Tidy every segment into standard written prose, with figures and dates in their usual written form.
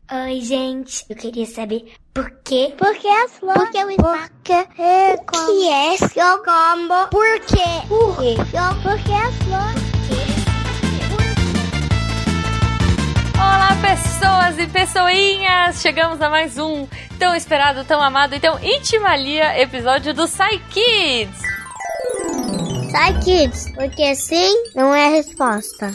Oi, gente. Eu queria saber por quê? Por que as flores? Por que o espaço? Que é combo? Por quê? Por que as flores? Olá, pessoas e pessoinhas! Chegamos a mais um tão esperado, tão amado e tão Intimalia episódio do Psy Kids. Psy Kids, porque sim não é a resposta.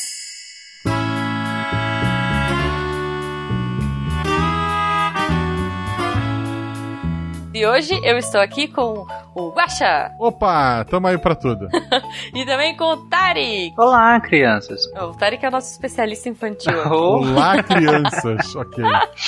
E hoje eu estou aqui com o Guaxa. Opa, tamo aí pra tudo. E também com o Tarik. Olá, crianças. O Tarik é o nosso especialista infantil. Olá, crianças. Ok.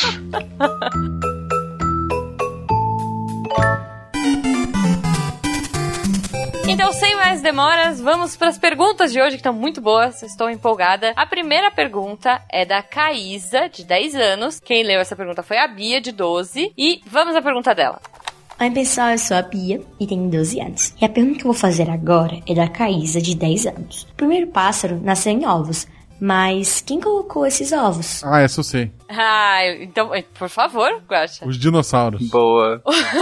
Então, sem mais demoras, vamos para as perguntas de hoje, que estão muito boas, estou empolgada. A primeira pergunta é da Caísa, de 10 anos. Quem leu essa pergunta foi a Bia, de 12. E vamos à pergunta dela. Oi, pessoal, eu sou a Bia e tenho 12 anos. E a pergunta que eu vou fazer agora é da Caísa, de 10 anos. O primeiro pássaro nasceu em ovos, mas quem colocou esses ovos? Ah, essa eu sei. Ah, então, por favor, Guaxa. Os dinossauros. Boa.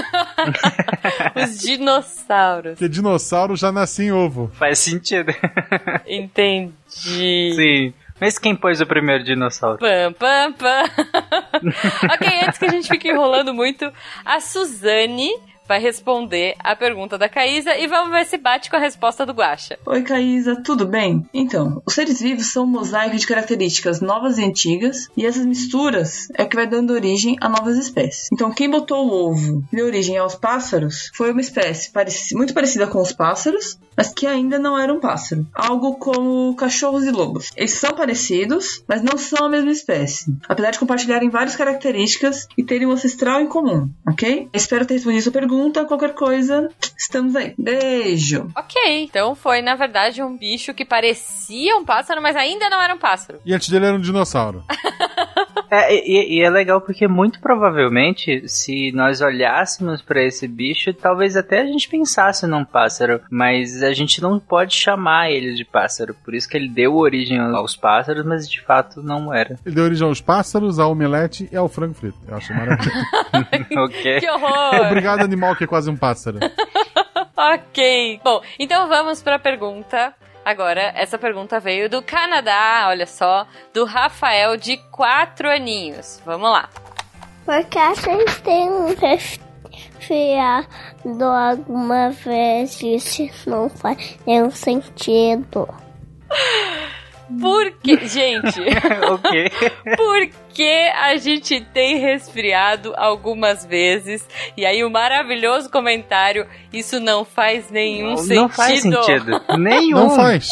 Os dinossauros. Porque dinossauro já nasce em ovo. Faz sentido. Entendi. Sim. Mas quem pôs o primeiro dinossauro? Pam, pam, pam. Ok, antes que a gente fique enrolando muito, a Suzane vai responder a pergunta da Caísa e vamos ver se bate com a resposta do Guaxa. Oi, Caísa, tudo bem? Então, os seres vivos são um mosaico de características novas e antigas, e essas misturas é o que vai dando origem a novas espécies. Então, quem botou o ovo e deu origem aos pássaros foi uma espécie muito parecida com os pássaros, mas que ainda não era um pássaro. Algo como cachorros e lobos. Eles são parecidos, mas não são a mesma espécie, apesar de compartilharem várias características e terem um ancestral em comum, ok? Espero ter respondido a sua pergunta. Qualquer coisa, estamos aí. Beijo! Ok, então foi, na verdade, um bicho que parecia um pássaro, mas ainda não era um pássaro. E antes dele era um dinossauro. E é legal porque muito provavelmente, se nós olhássemos pra esse bicho, talvez até a gente pensasse num pássaro, mas a gente não pode chamar ele de pássaro. Por isso que ele deu origem aos pássaros, mas de fato não era. Ele deu origem aos pássaros, ao omelete e ao frango frito. Eu acho maravilhoso. Ok. Que horror! Obrigado, animal, que é quase um pássaro. Ok. Bom, então vamos pra pergunta. Agora, essa pergunta veio do Canadá, olha só, do Rafael, de 4 aninhos. Vamos lá. Por que vocês têm um resfriado alguma vez? Isso não faz nenhum sentido. Por que, gente? Ok. Por que a gente tem resfriado algumas vezes? E aí o maravilhoso comentário, isso não faz nenhum sentido. Não faz sentido. Nenhum. Não faz.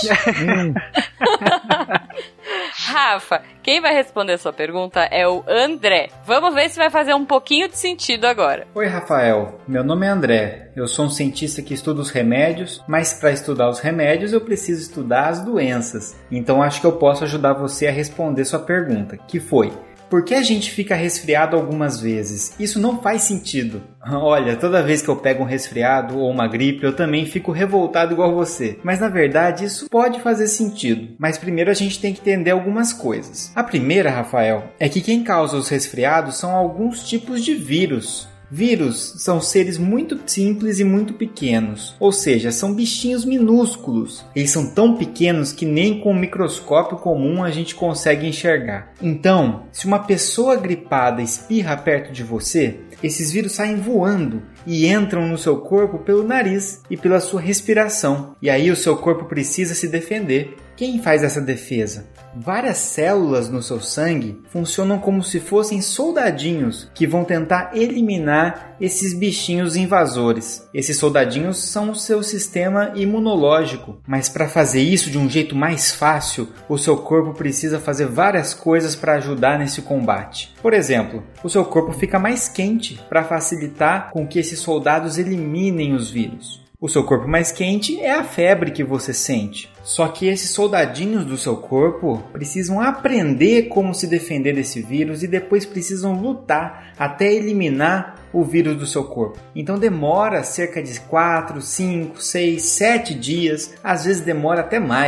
Rafa, quem vai responder a sua pergunta é o André. Vamos ver se vai fazer um pouquinho de sentido agora. Oi, Rafael. Meu nome é André. Eu sou um cientista que estuda os remédios, mas para estudar os remédios eu preciso estudar as doenças. Então acho que eu posso ajudar você a responder sua pergunta, que foi: por que a gente fica resfriado algumas vezes? Isso não faz sentido. Olha, toda vez que eu pego um resfriado ou uma gripe, eu também fico revoltado igual você. Mas na verdade isso pode fazer sentido. Mas primeiro a gente tem que entender algumas coisas. A primeira, Rafael, é que quem causa os resfriados são alguns tipos de vírus. Vírus são seres muito simples e muito pequenos, ou seja, são bichinhos minúsculos. Eles são tão pequenos que nem com um microscópio comum a gente consegue enxergar. Então, se uma pessoa gripada espirra perto de você, esses vírus saem voando e entram no seu corpo pelo nariz e pela sua respiração. E aí o seu corpo precisa se defender. Quem faz essa defesa? Várias células no seu sangue funcionam como se fossem soldadinhos que vão tentar eliminar esses bichinhos invasores. Esses soldadinhos são o seu sistema imunológico, mas para fazer isso de um jeito mais fácil, o seu corpo precisa fazer várias coisas para ajudar nesse combate. Por exemplo, o seu corpo fica mais quente para facilitar com que esses soldados eliminem os vírus. O seu corpo mais quente é a febre que você sente. Só que esses soldadinhos do seu corpo precisam aprender como se defender desse vírus e depois precisam lutar até eliminar o vírus do seu corpo. Então demora cerca de 4, 5, 6, 7 dias, às vezes demora até mais.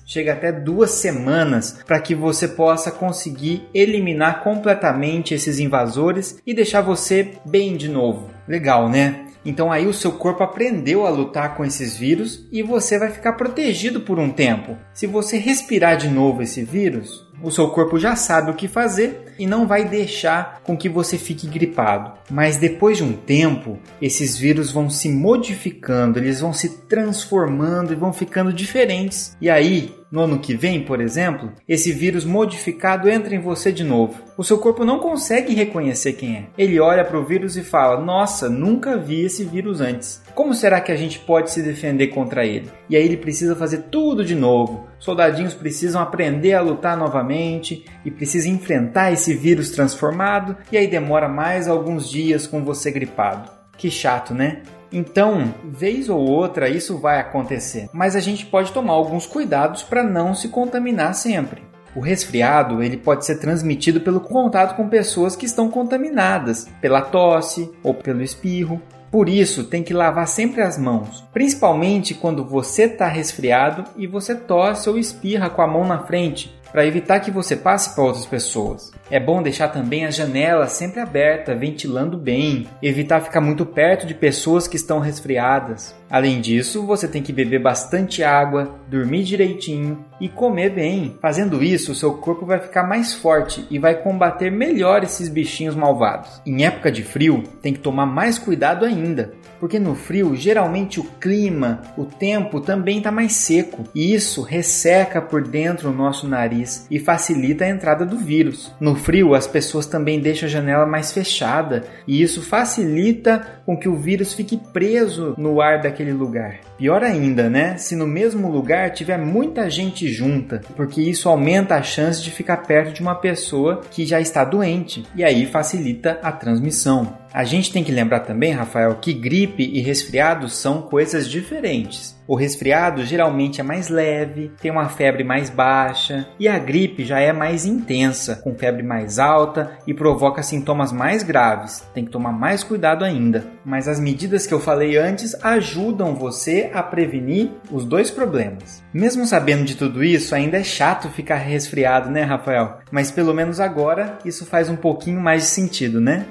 chega até 2 semanas para que você possa conseguir eliminar completamente esses invasores e deixar você bem de novo. Legal, né? Então aí o seu corpo aprendeu a lutar com esses vírus e você vai ficar protegido por um tempo. Se você respirar de novo esse vírus, o seu corpo já sabe o que fazer e não vai deixar com que você fique gripado. Mas depois de um tempo, esses vírus vão se modificando, eles vão se transformando e vão ficando diferentes. E aí, no ano que vem, por exemplo, esse vírus modificado entra em você de novo. O seu corpo não consegue reconhecer quem é. Ele olha para o vírus e fala: nossa, nunca vi esse vírus antes. Como será que a gente pode se defender contra ele? E aí ele precisa fazer tudo de novo. Soldadinhos precisam aprender a lutar novamente e precisa enfrentar esse vírus transformado, e aí demora mais alguns dias com você gripado. Que chato, né? Então, vez ou outra isso vai acontecer, mas a gente pode tomar alguns cuidados para não se contaminar sempre. O resfriado ele pode ser transmitido pelo contato com pessoas que estão contaminadas, pela tosse ou pelo espirro. Por isso, tem que lavar sempre as mãos, principalmente quando você está resfriado e você tosse ou espirra com a mão na frente, para evitar que você passe para outras pessoas. É bom deixar também as janelas sempre abertas, ventilando bem, evitar ficar muito perto de pessoas que estão resfriadas. Além disso, você tem que beber bastante água, dormir direitinho e comer bem. Fazendo isso, o seu corpo vai ficar mais forte e vai combater melhor esses bichinhos malvados. Em época de frio, tem que tomar mais cuidado ainda, porque no frio, geralmente o clima, o tempo também está mais seco e isso resseca por dentro o nosso nariz e facilita a entrada do vírus. No frio, as pessoas também deixam a janela mais fechada e isso facilita com que o vírus fique preso no ar daquele lugar. Pior ainda, né? Se no mesmo lugar tiver muita gente junta, porque isso aumenta a chance de ficar perto de uma pessoa que já está doente e aí facilita a transmissão. A gente tem que lembrar também, Rafael, que gripe e resfriado são coisas diferentes. O resfriado geralmente é mais leve, tem uma febre mais baixa, e a gripe já é mais intensa, com febre mais alta e provoca sintomas mais graves. Tem que tomar mais cuidado ainda. Mas as medidas que eu falei antes ajudam você a prevenir os dois problemas. Mesmo sabendo de tudo isso, ainda é chato ficar resfriado, né, Rafael? Mas pelo menos agora isso faz um pouquinho mais de sentido, né?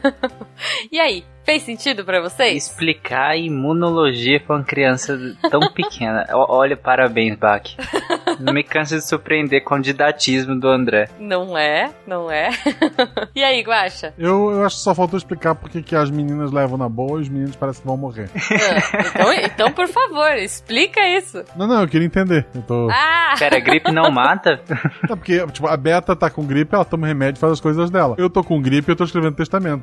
E aí, fez sentido pra vocês? Explicar a imunologia pra uma criança tão pequena. Olha, parabéns, Bach. Não me canso de surpreender com o didatismo do André. Não é, não é. E aí, Guaxa? Eu acho que só faltou explicar por que as meninas levam na boa e os meninos parecem que vão morrer. Então, por favor, explica isso. Não, eu queria entender. Pera, gripe não mata? Não, porque tipo, a Beta tá com gripe, ela toma remédio e faz as coisas dela. Eu tô com gripe e eu tô escrevendo testamento.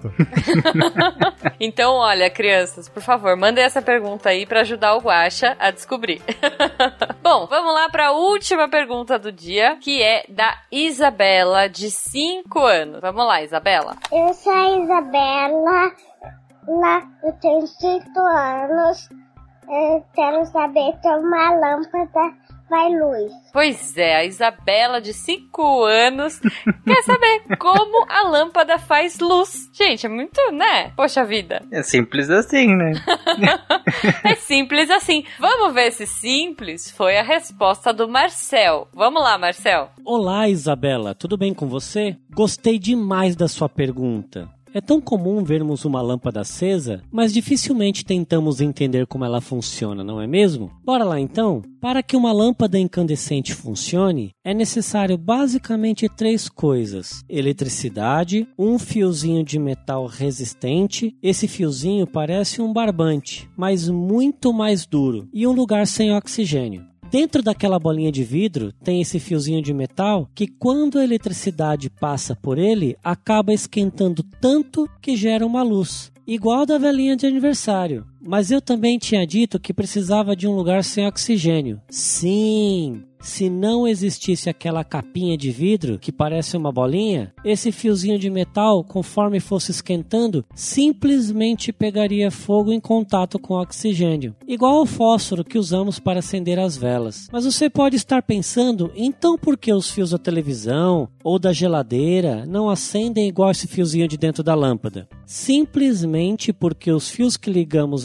Então, olha, crianças, por favor, mandem essa pergunta aí pra ajudar o Guaxa a descobrir. Bom, vamos lá pra última pergunta do dia, que é da Isabela, de 5 anos. Vamos lá, Isabela. Eu sou a Isabela, eu tenho 5 anos, eu quero saber se uma lâmpada vai luz. Pois é, a Isabela, de 5 anos, quer saber como a lâmpada faz luz. Gente, é muito, né? Poxa vida. É simples assim, né? É simples assim. Vamos ver se simples foi a resposta do Marcel. Vamos lá, Marcel. Olá, Isabela. Tudo bem com você? Gostei demais da sua pergunta. É tão comum vermos uma lâmpada acesa, mas dificilmente tentamos entender como ela funciona, não é mesmo? Bora lá então? Para que uma lâmpada incandescente funcione, é necessário basicamente 3 coisas: eletricidade, um fiozinho de metal resistente, esse fiozinho parece um barbante, mas muito mais duro, e um lugar sem oxigênio. Dentro daquela bolinha de vidro tem esse fiozinho de metal que, quando a eletricidade passa por ele, acaba esquentando tanto que gera uma luz, igual a da velhinha de aniversário. Mas eu também tinha dito que precisava de um lugar sem oxigênio. Sim! Se não existisse aquela capinha de vidro que parece uma bolinha, esse fiozinho de metal, conforme fosse esquentando, simplesmente pegaria fogo em contato com o oxigênio, igual ao fósforo que usamos para acender as velas. Mas você pode estar pensando, então por que os fios da televisão ou da geladeira não acendem igual esse fiozinho de dentro da lâmpada? Simplesmente porque os fios que ligamos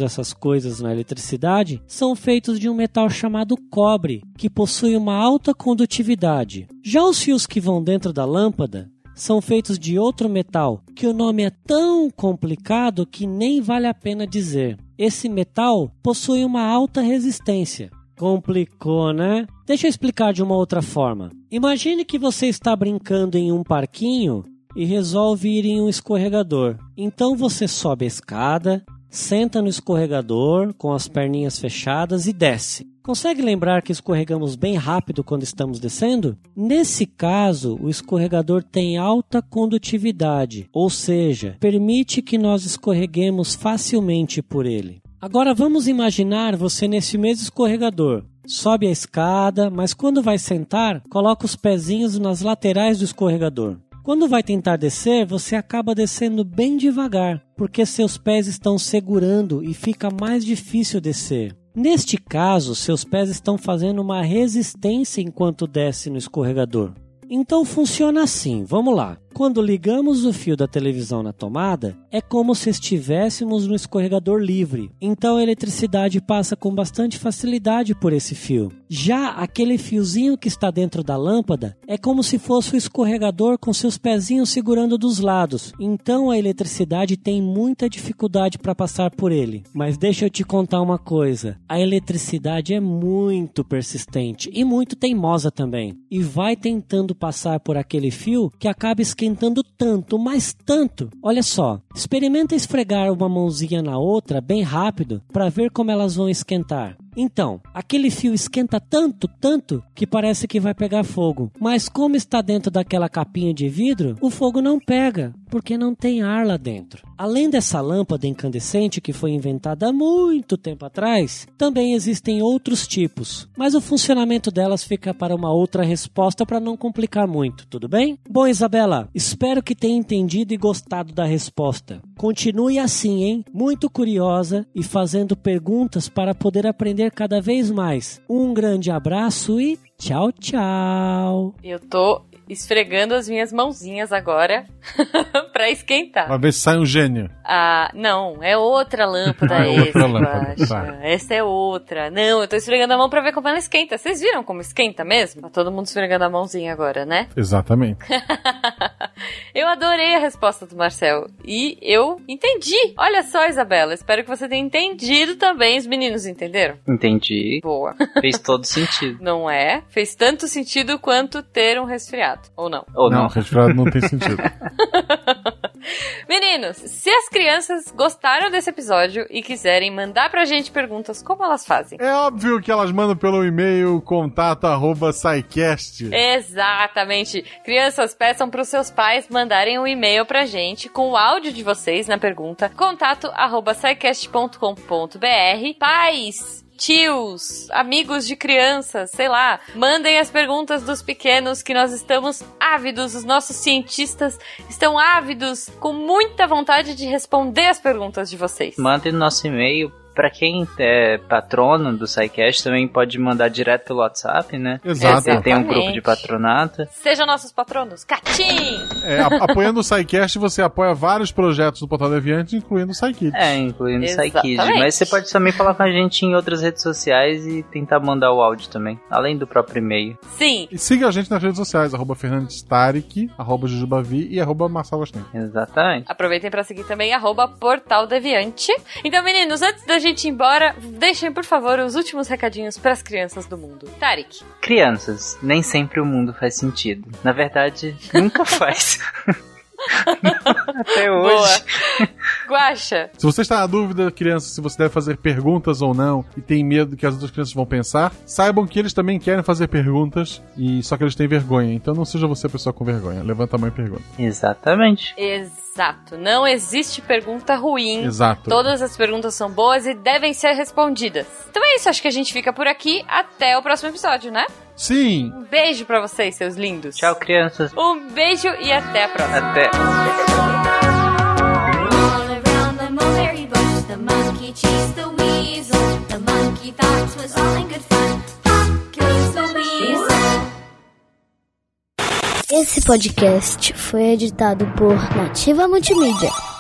essas coisas na eletricidade são feitos de um metal chamado cobre, que possui uma alta condutividade. Já os fios que vão dentro da lâmpada são feitos de outro metal, que o nome é tão complicado que nem vale a pena dizer. Esse metal possui uma alta resistência. Complicou, né? Deixa eu explicar de uma outra forma. Imagine que você está brincando em um parquinho e resolve ir em um escorregador. Então você sobe a escada, senta no escorregador com as perninhas fechadas e desce. Consegue lembrar que escorregamos bem rápido quando estamos descendo? Nesse caso, o escorregador tem alta condutividade, ou seja, permite que nós escorreguemos facilmente por ele. Agora vamos imaginar você nesse mesmo escorregador. Sobe a escada, mas quando vai sentar, coloca os pezinhos nas laterais do escorregador. Quando vai tentar descer, você acaba descendo bem devagar, porque seus pés estão segurando e fica mais difícil descer. Neste caso, seus pés estão fazendo uma resistência enquanto desce no escorregador. Então funciona assim, vamos lá. Quando ligamos o fio da televisão na tomada, é como se estivéssemos no escorregador livre. Então a eletricidade passa com bastante facilidade por esse fio. Já aquele fiozinho que está dentro da lâmpada é como se fosse o escorregador com seus pezinhos segurando dos lados. Então a eletricidade tem muita dificuldade para passar por ele. Mas deixa eu te contar uma coisa. A eletricidade é muito persistente e muito teimosa também. E vai tentando passar por aquele fio que acaba esquentando tanto, mas tanto. Olha só, experimenta esfregar uma mãozinha na outra bem rápido para ver como elas vão esquentar. Então, aquele fio esquenta tanto, que parece que vai pegar fogo. Mas como está dentro daquela capinha de vidro, o fogo não pega, porque não tem ar lá dentro. Além dessa lâmpada incandescente que foi inventada há muito tempo atrás, também existem outros tipos. Mas o funcionamento delas fica para uma outra resposta para não complicar muito, tudo bem? Bom, Isabela, espero que tenha entendido e gostado da resposta. Continue assim, hein? Muito curiosa e fazendo perguntas para poder aprender cada vez mais. Um grande abraço e tchau, tchau. Eu tô esfregando as minhas mãozinhas agora pra esquentar. Pra ver se sai um gênio. Ah, não, é outra lâmpada essa. Essa é outra. Não, eu tô esfregando a mão pra ver como ela esquenta. Vocês viram como esquenta mesmo? Tá todo mundo esfregando a mãozinha agora, né? Exatamente. Eu adorei a resposta do Marcel. E eu entendi. Olha só, Isabela, espero que você tenha entendido também. Os meninos entenderam? Entendi. Boa. Fez todo sentido. Não é? Fez tanto sentido quanto ter um resfriado. Ou não? Ou não. Não, resfriado não tem sentido. Meninos, se as crianças gostaram desse episódio e quiserem mandar pra gente perguntas, como elas fazem? É óbvio que elas mandam pelo e-mail contato@saicast. Exatamente. Crianças, peçam pros seus pais mandarem um e-mail pra gente com o áudio de vocês na pergunta contato@saicast.com.br. Pais, tios, amigos de crianças, sei lá, mandem as perguntas dos pequenos que nós estamos ávidos, os nossos cientistas estão ávidos, com muita vontade de responder as perguntas de vocês. Mandem no nosso e-mail. Pra quem é patrono do SciCast, também pode mandar direto pelo WhatsApp, né? Exato. Tem um grupo de patronato. Sejam nossos patronos. Catim! Apoiando o SciCast, você apoia vários projetos do Portal Deviante, incluindo o SciKids. Incluindo o SciKids. Mas você pode também falar com a gente em outras redes sociais e tentar mandar o áudio também, além do próprio e-mail. Sim. E siga a gente nas redes sociais, @FernandesTarik, @Jujubavi e @Marcelo. Exatamente. Aproveitem pra seguir também @Portal Deviante. Então, meninos, antes da gente ir embora, deixem, por favor, os últimos recadinhos pras crianças do mundo. Tarik. Crianças, nem sempre o mundo faz sentido. Na verdade, nunca faz. Até hoje. Boa. Guaxa. Se você está na dúvida, criança, se você deve fazer perguntas ou não e tem medo do que as outras crianças vão pensar, saibam que eles também querem fazer perguntas, e só que eles têm vergonha. Então não seja você a pessoa com vergonha. Levanta a mão e pergunta. Exatamente. Exato. Não existe pergunta ruim. Exato. Todas as perguntas são boas e devem ser respondidas. Então é isso. Acho que a gente fica por aqui. Até o próximo episódio, né? Sim. Um beijo pra vocês, seus lindos. Tchau, crianças. Um beijo e até a próxima. Até. Esse podcast foi editado por Nativa Multimídia.